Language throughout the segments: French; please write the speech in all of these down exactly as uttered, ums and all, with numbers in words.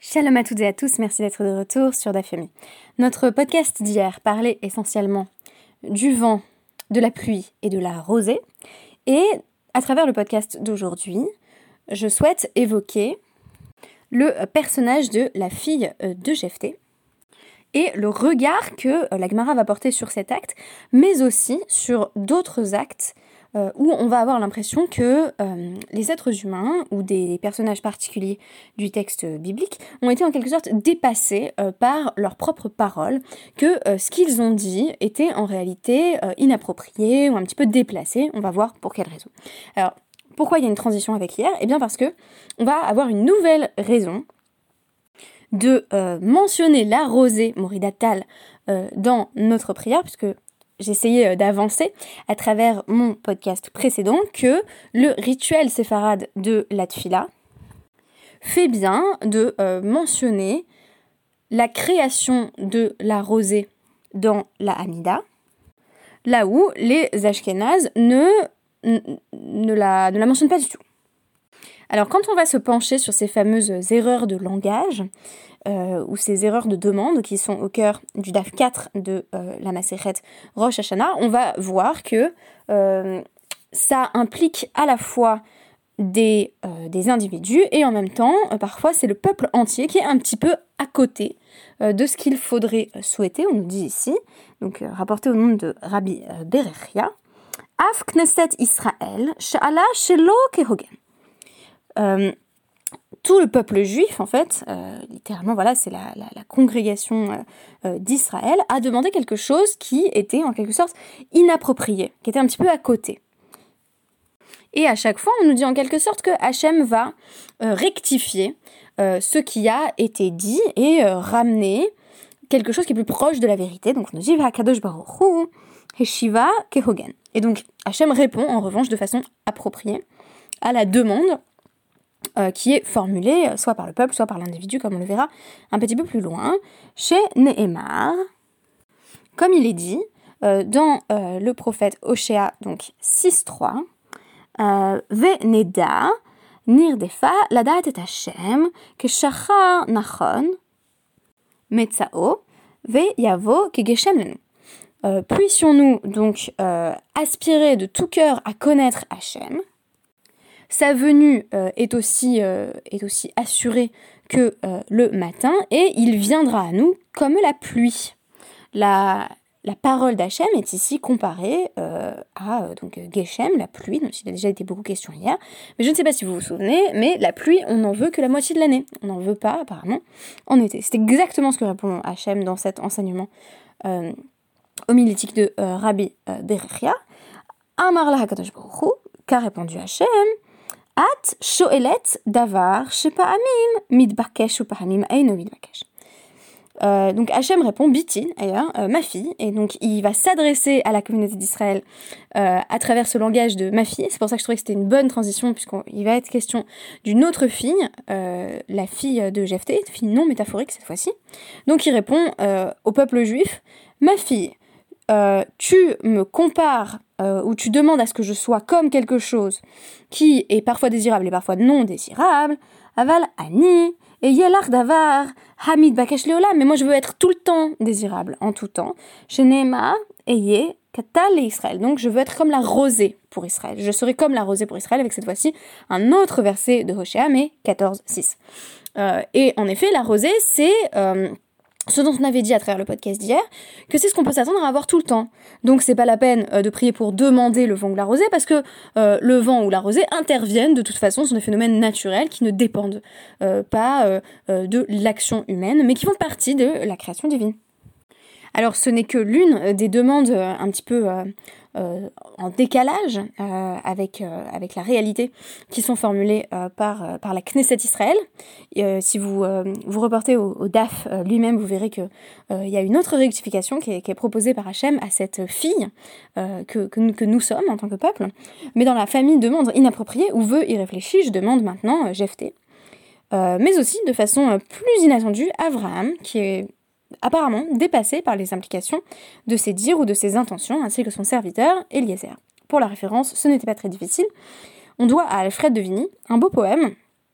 Shalom à toutes et à tous, merci d'être de retour sur Daf Yomi. Notre podcast d'hier parlait essentiellement du vent, de la pluie et de la rosée. Et à travers le podcast d'aujourd'hui, je souhaite évoquer le personnage de la fille de Jephthé et le regard que la Gemara va porter sur cet acte, mais aussi sur d'autres actes Euh, où on va avoir l'impression que euh, les êtres humains ou des personnages particuliers du texte biblique ont été en quelque sorte dépassés euh, par leurs propres paroles, que euh, ce qu'ils ont dit était en réalité euh, inapproprié ou un petit peu déplacé. On va voir pour quelle raison. Alors, pourquoi il y a une transition avec hier ? Eh bien parce que on va avoir une nouvelle raison de euh, mentionner la rosée Moridatal euh, dans notre prière, puisque j'ai essayé d'avancer à travers mon podcast précédent que le rituel séfarade de la tfila fait bien de euh, mentionner la création de la rosée dans la Hamida, là où les Ashkénazes ne, ne, la, ne la mentionnent pas du tout. Alors quand on va se pencher sur ces fameuses erreurs de langage, Euh, ou ces erreurs de demande qui sont au cœur du daf quatre de euh, la Masechet Rosh Hashanah, on va voir que euh, ça implique à la fois des, euh, des individus et en même temps, euh, parfois, c'est le peuple entier qui est un petit peu à côté euh, de ce qu'il faudrait souhaiter. On nous dit ici, donc euh, rapporté au nom de Rabbi euh, Berechia, Af Knesset Israël, Sha'ala Shelo Kehogen. Euh, Tout le peuple juif, en fait, euh, littéralement, voilà, c'est la, la, la congrégation euh, euh, d'Israël, a demandé quelque chose qui était en quelque sorte inapproprié, qui était un petit peu à côté. Et à chaque fois, on nous dit en quelque sorte que Hachem va euh, rectifier euh, ce qui a été dit et euh, ramener quelque chose qui est plus proche de la vérité. Donc on nous dit V'akadosh baruch hu heshiva kehogen. Et donc Hachem répond en revanche de façon appropriée à la demande Euh, qui est formulée euh, soit par le peuple, soit par l'individu, comme on le verra un petit peu plus loin, chez Nehemar, comme il est dit euh, dans euh, le prophète Oshéa, donc six trois, Veneda, Nirdefa, Ladat et Hashem, Keshachar Nachon, Metzao, Ve Yavo, Kegeshem Lenu. Euh, puissions-nous donc euh, aspirer de tout cœur à connaître Hachem. Sa venue euh, est, aussi, euh, est aussi assurée que euh, le matin, et il viendra à nous comme la pluie. La, la parole d'Hachem est ici comparée euh, à euh, donc, Geshem, la pluie, dont il a déjà été beaucoup question hier. Mais je ne sais pas si vous vous souvenez, mais la pluie, on n'en veut que la moitié de l'année. On n'en veut pas, apparemment, en été. C'est exactement ce que répond Hachem dans cet enseignement euh, homilétique de euh, Rabbi euh, Berechia. Amar la HaKadosh Baruch Hu, qu'a répondu Hachem, At shoelet davar shepa'amim midbakesh ou pa'amim eino midbakesh. Euh, donc Hachem répond Biti, d'ailleurs, euh, ma fille, et donc il va s'adresser à la communauté d'Israël euh, à travers ce langage de ma fille. C'est pour ça que je trouvais que c'était une bonne transition, puisqu'il va être question d'une autre fille, euh, la fille de Jephthé, fille non métaphorique cette fois-ci. Donc il répond euh, au peuple juif, ma fille, euh, tu me compares euh, ou tu demandes à ce que je sois comme quelque chose qui est parfois désirable et parfois non désirable, aval ani, et yelar davar, hamid bakesh leolam, mais moi je veux être tout le temps désirable, en tout temps, shenema, eye, katal et Israël, donc je veux être comme la rosée pour Israël, je serai comme la rosée pour Israël, avec cette fois-ci un autre verset de Hoshéa, mais quatorze six. Euh, et en effet, la rosée, c'est... Euh, ce dont on avait dit à travers le podcast d'hier, que c'est ce qu'on peut s'attendre à avoir tout le temps. Donc c'est pas la peine euh, de prier pour demander le vent ou la rosée, parce que euh, le vent ou la rosée interviennent de toute façon, ce sont des phénomènes naturels qui ne dépendent euh, pas euh, euh, de l'action humaine, mais qui font partie de la création divine. Alors ce n'est que l'une des demandes euh, un petit peu euh, euh, en décalage euh, avec, euh, avec la réalité qui sont formulées euh, par, euh, par la Knesset Israël. Et, euh, si vous euh, vous reportez au, au D A F euh, lui-même, vous verrez qu'il euh, y a une autre rectification qui est, qui est proposée par Hachem à cette fille euh, que, que, que nous sommes en tant que peuple. Mais dans la famille demande inappropriée, ou veut y réfléchir, je demande maintenant euh, Jephthé. Euh, mais aussi de façon euh, plus inattendue, Abraham, qui est apparemment dépassé par les implications de ses dires ou de ses intentions, ainsi que son serviteur, Eliezer. Pour la référence, ce n'était pas très difficile. On doit à Alfred de Vigny un beau poème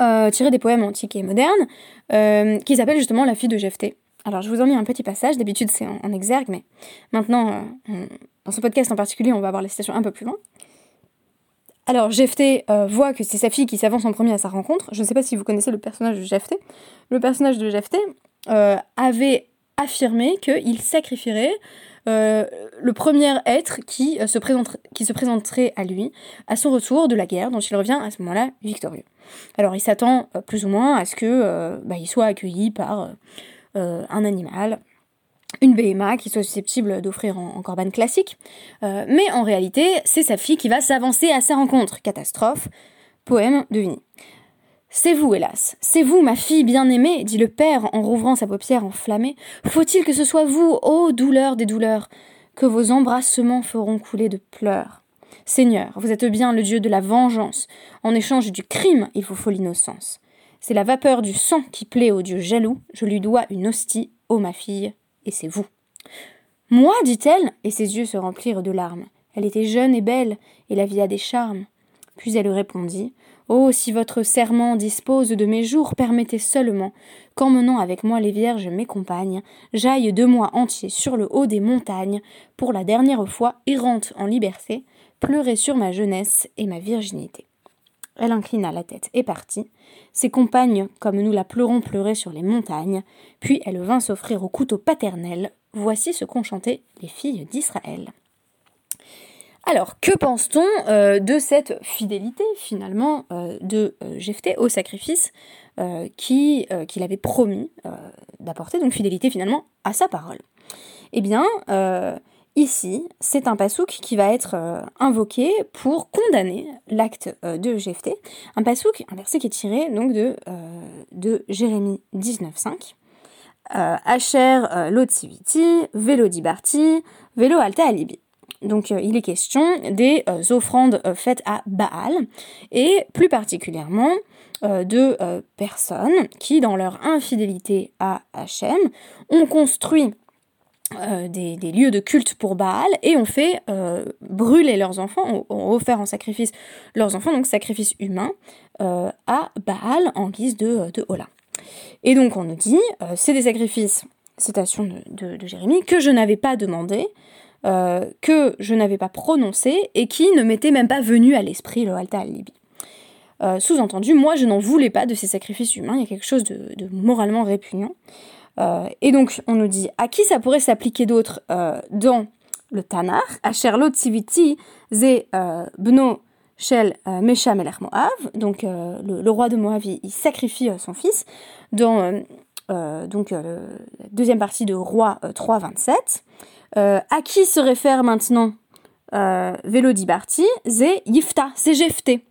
euh, tiré des poèmes antiques et modernes, euh, qui s'appelle justement La fille de Jephthé. Alors je vous en mis un petit passage, d'habitude c'est en, en exergue, mais maintenant, euh, on, dans ce podcast en particulier, on va avoir la citation un peu plus loin. Alors Jephthé euh, voit que c'est sa fille qui s'avance en premier à sa rencontre. Je ne sais pas si vous connaissez le personnage de Jephthé. Le personnage de Jephthé euh, avait affirmé qu'il sacrifierait euh, le premier être qui, euh, se présente, qui se présenterait à lui à son retour de la guerre, dont il revient à ce moment-là victorieux. Alors il s'attend euh, plus ou moins à ce qu'il euh, bah, soit accueilli par euh, un animal, une béhéma qui soit susceptible d'offrir en, en corban classique, euh, mais en réalité, c'est sa fille qui va s'avancer à sa rencontre. Catastrophe, poème de Vigny. C'est vous, hélas, c'est vous, ma fille bien-aimée, dit le père en rouvrant sa paupière enflammée. Faut-il que ce soit vous, ô douleur des douleurs, que vos embrassements feront couler de pleurs? Seigneur, vous êtes bien le Dieu de la vengeance. En échange du crime, il vous faut l'innocence. C'est la vapeur du sang qui plaît au Dieu jaloux. Je lui dois une hostie, ô ma fille, et c'est vous. Moi, dit-elle, et ses yeux se remplirent de larmes. Elle était jeune et belle, et la vie a des charmes. Puis elle répondit, oh, si votre serment dispose de mes jours, permettez seulement qu'emmenant avec moi les vierges mes compagnes, j'aille deux mois entiers sur le haut des montagnes, pour la dernière fois, errante en liberté, pleurer sur ma jeunesse et ma virginité. Elle inclina la tête et partit, ses compagnes, comme nous la pleurons pleurer sur les montagnes, puis elle vint s'offrir au couteau paternel. Voici ce qu'ont chanté les filles d'Israël. Alors, que pense-t-on euh, de cette fidélité, finalement, euh, de euh, Jephthé au sacrifice euh, qui, euh, qu'il avait promis euh, d'apporter, donc fidélité, finalement, à sa parole? Eh bien, euh, ici, c'est un passouk qui va être euh, invoqué pour condamner l'acte euh, de Jephthé. Un passouk, un verset qui est tiré, donc, de, euh, de Jérémie dix-neuf cinq. Euh, Asher euh, lo tziviti, velo dibarti, velo alta alibi. Donc euh, il est question des euh, offrandes euh, faites à Baal, et plus particulièrement euh, de euh, personnes qui, dans leur infidélité à Hachem, ont construit euh, des, des lieux de culte pour Baal et ont fait euh, brûler leurs enfants, ont, ont offert en sacrifice leurs enfants, donc sacrifice humain, euh, à Baal en guise de, de Hola. Et donc on nous dit, euh, c'est des sacrifices, citation de, de, de Jérémie, que je n'avais pas demandé, Euh, que je n'avais pas prononcé et qui ne m'était même pas venu à l'esprit, le alta al-libi. Euh, sous-entendu, moi je n'en voulais pas de ces sacrifices humains, il y a quelque chose de, de moralement répugnant. Euh, et donc on nous dit, à qui ça pourrait s'appliquer d'autre euh, dans le Tanakh, Asher lo tziviti ze euh, bno shel euh, Mesha melech Moav, donc euh, le, le roi de Moav, il, il sacrifie euh, son fils, dans euh, euh, donc, euh, la deuxième partie de Roi euh, trois vingt-sept. Euh, à qui se réfère maintenant euh, Velo dibarti, c'est Yifta, c'est Jephthé.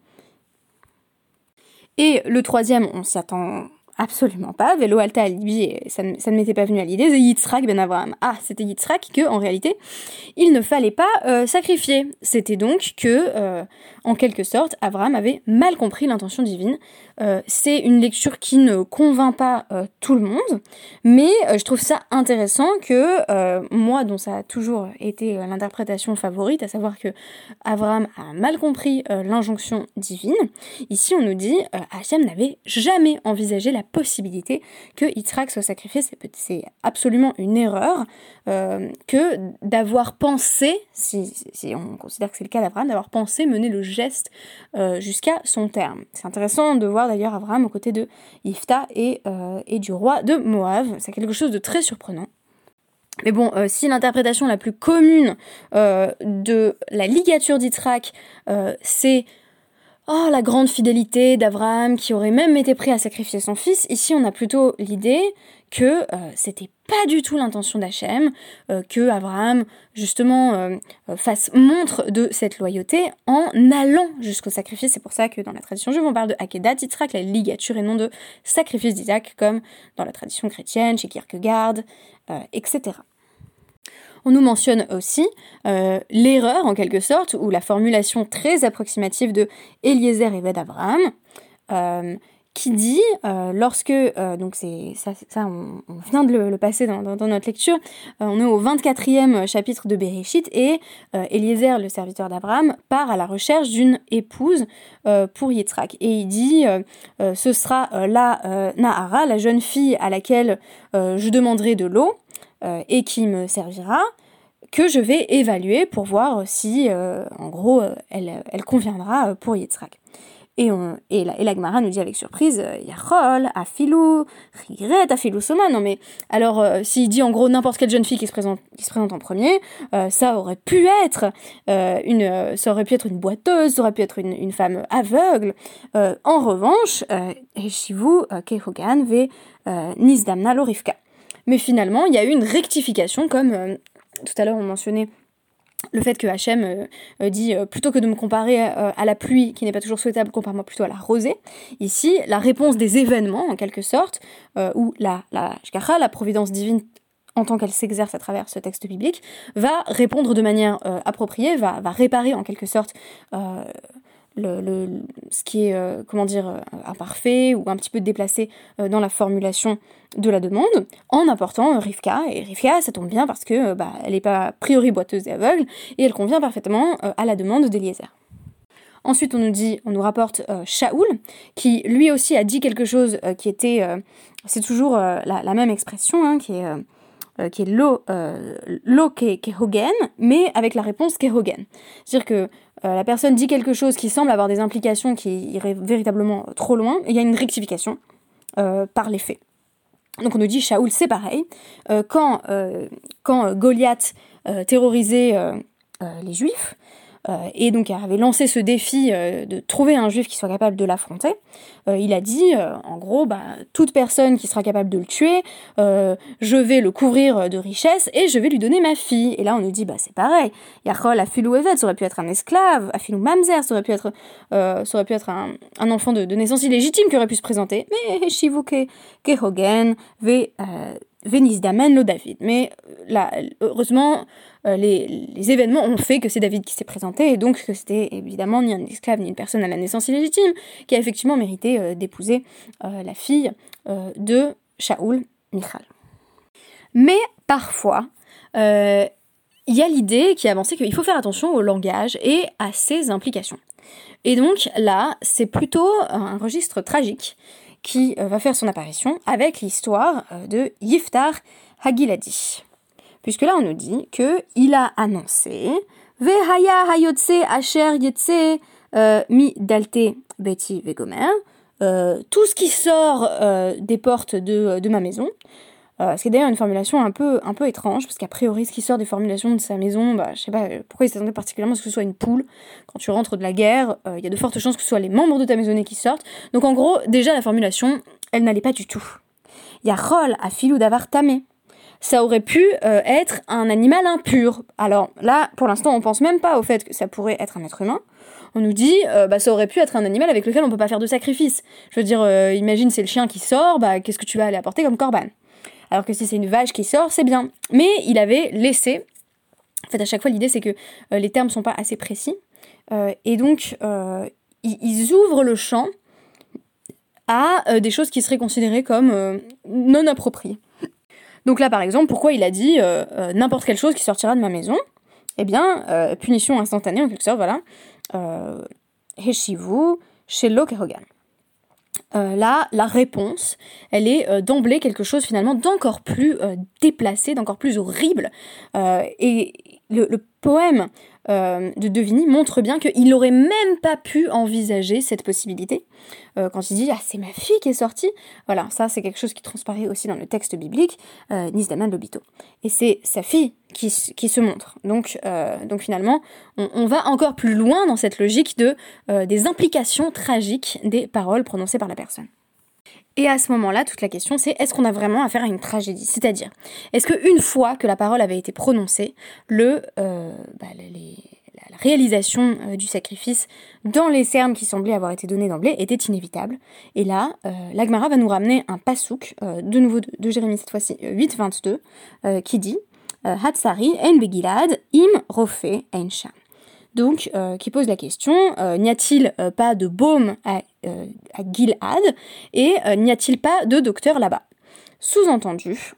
Et le troisième, on s'y attend absolument pas, Velo alta alibi, ça ne, ça ne m'était pas venu à l'idée, c'est Yitzhak ben Avraham. Ah, c'était Yitzhak que, en réalité, il ne fallait pas euh, sacrifier. C'était donc que, euh, en quelque sorte, Avraham avait mal compris l'intention divine. Euh, c'est une lecture qui ne convainc pas euh, tout le monde, mais euh, je trouve ça intéressant que euh, moi, dont ça a toujours été euh, l'interprétation favorite, à savoir que Avraham a mal compris euh, l'injonction divine, ici on nous dit euh, Hachem n'avait jamais envisagé la possibilité que Yitzhak soit sacrifié. C'est, c'est absolument une erreur euh, que d'avoir pensé, si, si on considère que c'est le cas d'Avraham, d'avoir pensé mener le geste euh, jusqu'à son terme. C'est intéressant de voir d'ailleurs Avraham aux côtés de Yifta et, euh, et du roi de Moab. C'est quelque chose de très surprenant. Mais bon, euh, si l'interprétation la plus commune euh, de la ligature d'Yitzhak, euh, c'est oh, la grande fidélité d'Avraham qui aurait même été prêt à sacrifier son fils, ici on a plutôt l'idée que euh, c'était pas du tout l'intention d'Hachem, euh, que Avraham justement euh, fasse montre de cette loyauté en allant jusqu'au sacrifice. C'est pour ça que dans la tradition juive on parle de Akedat Yitzhak, la ligature, et non de sacrifice d'Isaac, comme dans la tradition chrétienne, chez Kierkegaard, euh, et cetera. On nous mentionne aussi euh, l'erreur, en quelque sorte, ou la formulation très approximative de Eliezer Eved Avraham, euh, qui dit, euh, lorsque, euh, donc c'est ça, ça on, on vient de le, le passer dans, dans, dans notre lecture, euh, on est au vingt-quatrième chapitre de Bereshit, et euh, Eliezer, le serviteur d'Abraham, part à la recherche d'une épouse euh, pour Yitzhak. Et il dit, euh, euh, ce sera euh, la euh, Nahara, la jeune fille à laquelle euh, je demanderai de l'eau, euh, et qui me servira, que je vais évaluer pour voir si, euh, en gros, euh, elle, elle conviendra pour Yitzhak. Et, on, et, la, et la Gemara nous dit avec surprise, Yachol, Afilou, Riret, Afilou Soma. Non mais, alors, euh, s'il dit en gros n'importe quelle jeune fille qui se présente, qui se présente en premier, euh, ça aurait pu être euh, une, euh, ça aurait pu être une boiteuse, ça aurait pu être une, une femme aveugle. Euh, en revanche, Eshivu, Kehogan, Ve, Nisdamna, Lorivka. Mais finalement, il y a eu une rectification, comme euh, tout à l'heure on mentionnait le fait que Hachem euh, euh, dit euh, plutôt que de me comparer euh, à la pluie, qui n'est pas toujours souhaitable, compare-moi plutôt à la rosée. Ici, la réponse des événements, en quelque sorte, euh, ou la, la shgacha, la providence divine, en tant qu'elle s'exerce à travers ce texte biblique, va répondre de manière euh, appropriée, va, va réparer en quelque sorte euh, le, le, ce qui est, euh, comment dire, euh, imparfait ou un petit peu déplacé euh, dans la formulation de la demande, en apportant euh, Rivka. Et Rivka, ça tombe bien parce que euh, bah, elle n'est pas a priori boiteuse et aveugle, et elle convient parfaitement euh, à la demande d'Eliezer. Ensuite, on nous dit, on nous rapporte euh, Shaoul, qui lui aussi a dit quelque chose euh, qui était, euh, c'est toujours euh, la, la même expression, hein, qui est, euh, euh, qui est lo, euh, lo ke, kehogen, mais avec la réponse kehogen. C'est-à-dire que euh, la personne dit quelque chose qui semble avoir des implications qui iraient véritablement trop loin, et il y a une rectification euh, par les faits. Donc on nous dit, Shaoul, c'est pareil. Euh, quand, euh, quand Goliath euh, terrorisait euh, euh, les Juifs, euh, et donc avait lancé ce défi euh, de trouver un Juif qui soit capable de l'affronter, euh, il a dit, euh, en gros, bah, toute personne qui sera capable de le tuer, euh, je vais le couvrir de richesses et je vais lui donner ma fille. Et là on nous dit, bah c'est pareil. Yachol, Afilou Evet, ça aurait pu être un esclave, Afilou Mamzer, ça aurait pu être, euh, ça aurait pu être un, un enfant de, de naissance illégitime qui aurait pu se présenter. Mais Shivuke, Kehogen, Ve... Euh, Vénisdamen, le David. Mais là, heureusement, euh, les, les événements ont fait que c'est David qui s'est présenté, et donc que c'était évidemment ni un esclave ni une personne à la naissance illégitime qui a effectivement mérité euh, d'épouser euh, la fille euh, de Shaoul, Michal. Mais parfois, euh, il y a l'idée qui est avancée qu'il faut faire attention au langage et à ses implications. Et donc là, c'est plutôt un registre tragique qui euh, va faire son apparition avec l'histoire euh, de Yiftar Hagiladi. Puisque là, on nous dit qu'il a annoncé « Vehaya hayotse asher yetse euh, mi dalte beti vegomer euh, » tout ce qui sort euh, des portes de, de ma maison. Euh, ce qui est d'ailleurs une formulation un peu, un peu étrange, parce qu'a priori, ce qui sort des formulations de sa maison, bah, je sais pas pourquoi il s'attendait particulièrement à ce que ce soit une poule. Quand tu rentres de la guerre, il euh, y a de fortes chances que ce soit les membres de ta maisonnée qui sortent. Donc en gros, déjà la formulation, elle n'allait pas du tout. Yachol afilou davar tamé. Ça aurait pu euh, être un animal impur. Alors là, pour l'instant, on pense même pas au fait que ça pourrait être un être humain. On nous dit, euh, bah ça aurait pu être un animal avec lequel on peut pas faire de sacrifice. Je veux dire, euh, imagine c'est le chien qui sort, bah qu'est-ce que tu vas aller apporter comme corban ? Alors que si c'est une vache qui sort, c'est bien. Mais il avait laissé... En fait, à chaque fois, l'idée, c'est que euh, les termes sont pas assez précis. Euh, et donc, euh, ils, ils ouvrent le champ à euh, des choses qui seraient considérées comme euh, non appropriées. Donc là, par exemple, pourquoi il a dit euh, euh, n'importe quelle chose qui sortira de ma maison ? Eh bien, euh, punition instantanée, en quelque sorte, voilà. Euh, Heshivu, Shelo Kehogan. Euh, là, la réponse, elle est euh, d'emblée quelque chose finalement d'encore plus euh, déplacé, d'encore plus horrible. Euh, et le, le poème euh, de Devini montre bien qu'il n'aurait même pas pu envisager cette possibilité. Euh, quand il dit « Ah, c'est ma fille qui est sortie !» Voilà, ça c'est quelque chose qui transparaît aussi dans le texte biblique, euh, Nisdaman Lobito. Et c'est sa fille qui, qui se montre. Donc, euh, donc finalement, on, on va encore plus loin dans cette logique de, euh, des implications tragiques des paroles prononcées par la personne. Et à ce moment-là, toute la question c'est, est-ce qu'on a vraiment affaire à une tragédie ? C'est-à-dire, est-ce qu'une fois que la parole avait été prononcée, le, euh, bah, les, la réalisation euh, du sacrifice dans les termes qui semblaient avoir été donnés d'emblée était inévitable ? Et là, euh, la Gemara va nous ramener un pasouk, euh, de nouveau de, de Jérémie cette fois-ci, huit vingt-deux, euh, qui dit « Hatsari en begilad im rofe en sham » donc euh, qui pose la question, euh, n'y a-t-il euh, pas de baume à, euh, à Gil'ad et euh, n'y a-t-il pas de docteur là-bas? Sous-entendu,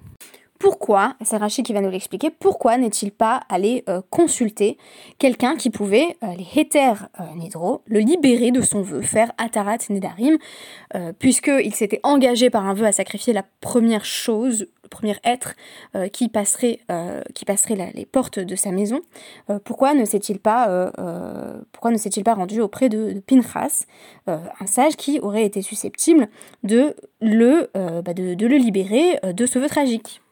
pourquoi, c'est Rachi qui va nous l'expliquer, pourquoi n'est-il pas allé euh, consulter quelqu'un qui pouvait, euh, les Héter euh, Nidro, le libérer de son vœu, faire Atarat Nedarim, euh, puisqu'il s'était engagé par un vœu à sacrifier la première chose, le premier être euh, qui passerait, euh, qui passerait la, les portes de sa maison. Euh, pourquoi ne s'est-il pas, euh, euh, pourquoi ne s'est-il pas rendu auprès de, de Pinchas, euh, un sage qui aurait été susceptible de le, euh, bah de, de le libérer euh, de ce vœu tragique?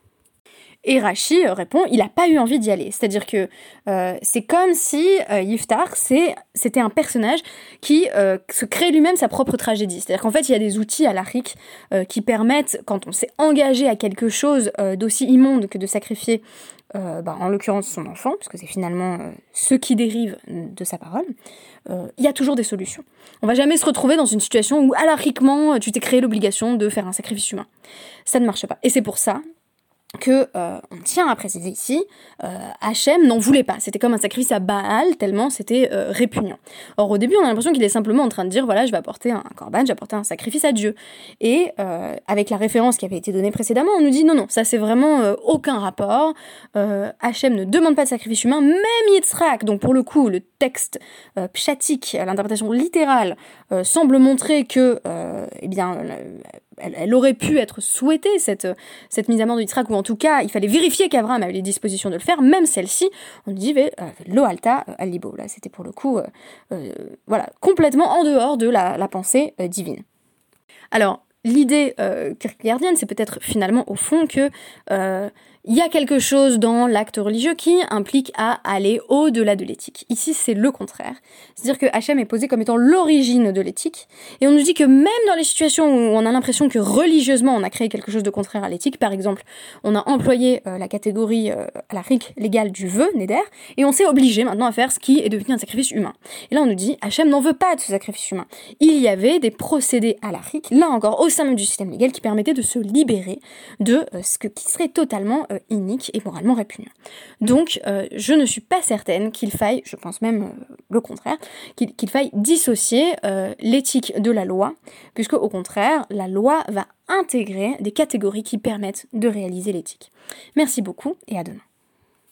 Et Rachi répond, il n'a pas eu envie d'y aller. C'est-à-dire que euh, c'est comme si euh, Yiftar, c'est, c'était un personnage qui euh, se crée lui-même sa propre tragédie. C'est-à-dire qu'en fait, il y a des outils à l'Arik euh, qui permettent, quand on s'est engagé à quelque chose euh, d'aussi immonde que de sacrifier, euh, bah, en l'occurrence son enfant, parce que c'est finalement euh, ce qui dérive de sa parole, euh, il y a toujours des solutions. On va jamais se retrouver dans une situation où, alariquement, tu t'es créé l'obligation de faire un sacrifice humain. Ça ne marche pas. Et c'est pour ça que euh, on tient à préciser ici, euh, Hachem n'en voulait pas. C'était comme un sacrifice à Baal, tellement c'était euh, répugnant. Or au début, on a l'impression qu'il est simplement en train de dire, voilà, je vais apporter un korban, je vais apporter un sacrifice à Dieu. Et euh, avec la référence qui avait été donnée précédemment, on nous dit, non, non, ça c'est vraiment euh, aucun rapport. Euh, Hachem ne demande pas de sacrifice humain, même Yitzhak, donc pour le coup, le texte euh, pshatique, l'interprétation littérale, euh, semble montrer que, euh, eh bien, elle, elle aurait pu être souhaitée, cette, cette mise à mort de Yitzhak, ou en tout cas, il fallait vérifier qu'Abraham avait les dispositions de le faire, même celle-ci, on dit euh, lo alta al libo. Là, c'était pour le coup, euh, euh, voilà, complètement en dehors de la, la pensée euh, divine. Alors, l'idée euh, kierkegaardienne, c'est peut-être finalement au fond que euh, il y a quelque chose dans l'acte religieux qui implique à aller au-delà de l'éthique. Ici, c'est le contraire. C'est-à-dire que Hachem est posé comme étant l'origine de l'éthique, et on nous dit que même dans les situations où on a l'impression que religieusement on a créé quelque chose de contraire à l'éthique, par exemple, on a employé euh, la catégorie euh, à la rique légale du vœu, Neder, et on s'est obligé maintenant à faire ce qui est devenu un sacrifice humain. Et là, on nous dit, Hachem n'en veut pas de ce sacrifice humain. Il y avait des procédés à la rique, là encore, au sein même du système légal, qui permettaient de se libérer de euh, ce que, qui serait totalement euh, inique et moralement répugnant. Donc, euh, je ne suis pas certaine qu'il faille, je pense même euh, le contraire, qu'il, qu'il faille dissocier euh, l'éthique de la loi, puisque au contraire, la loi va intégrer des catégories qui permettent de réaliser l'éthique. Merci beaucoup et à demain.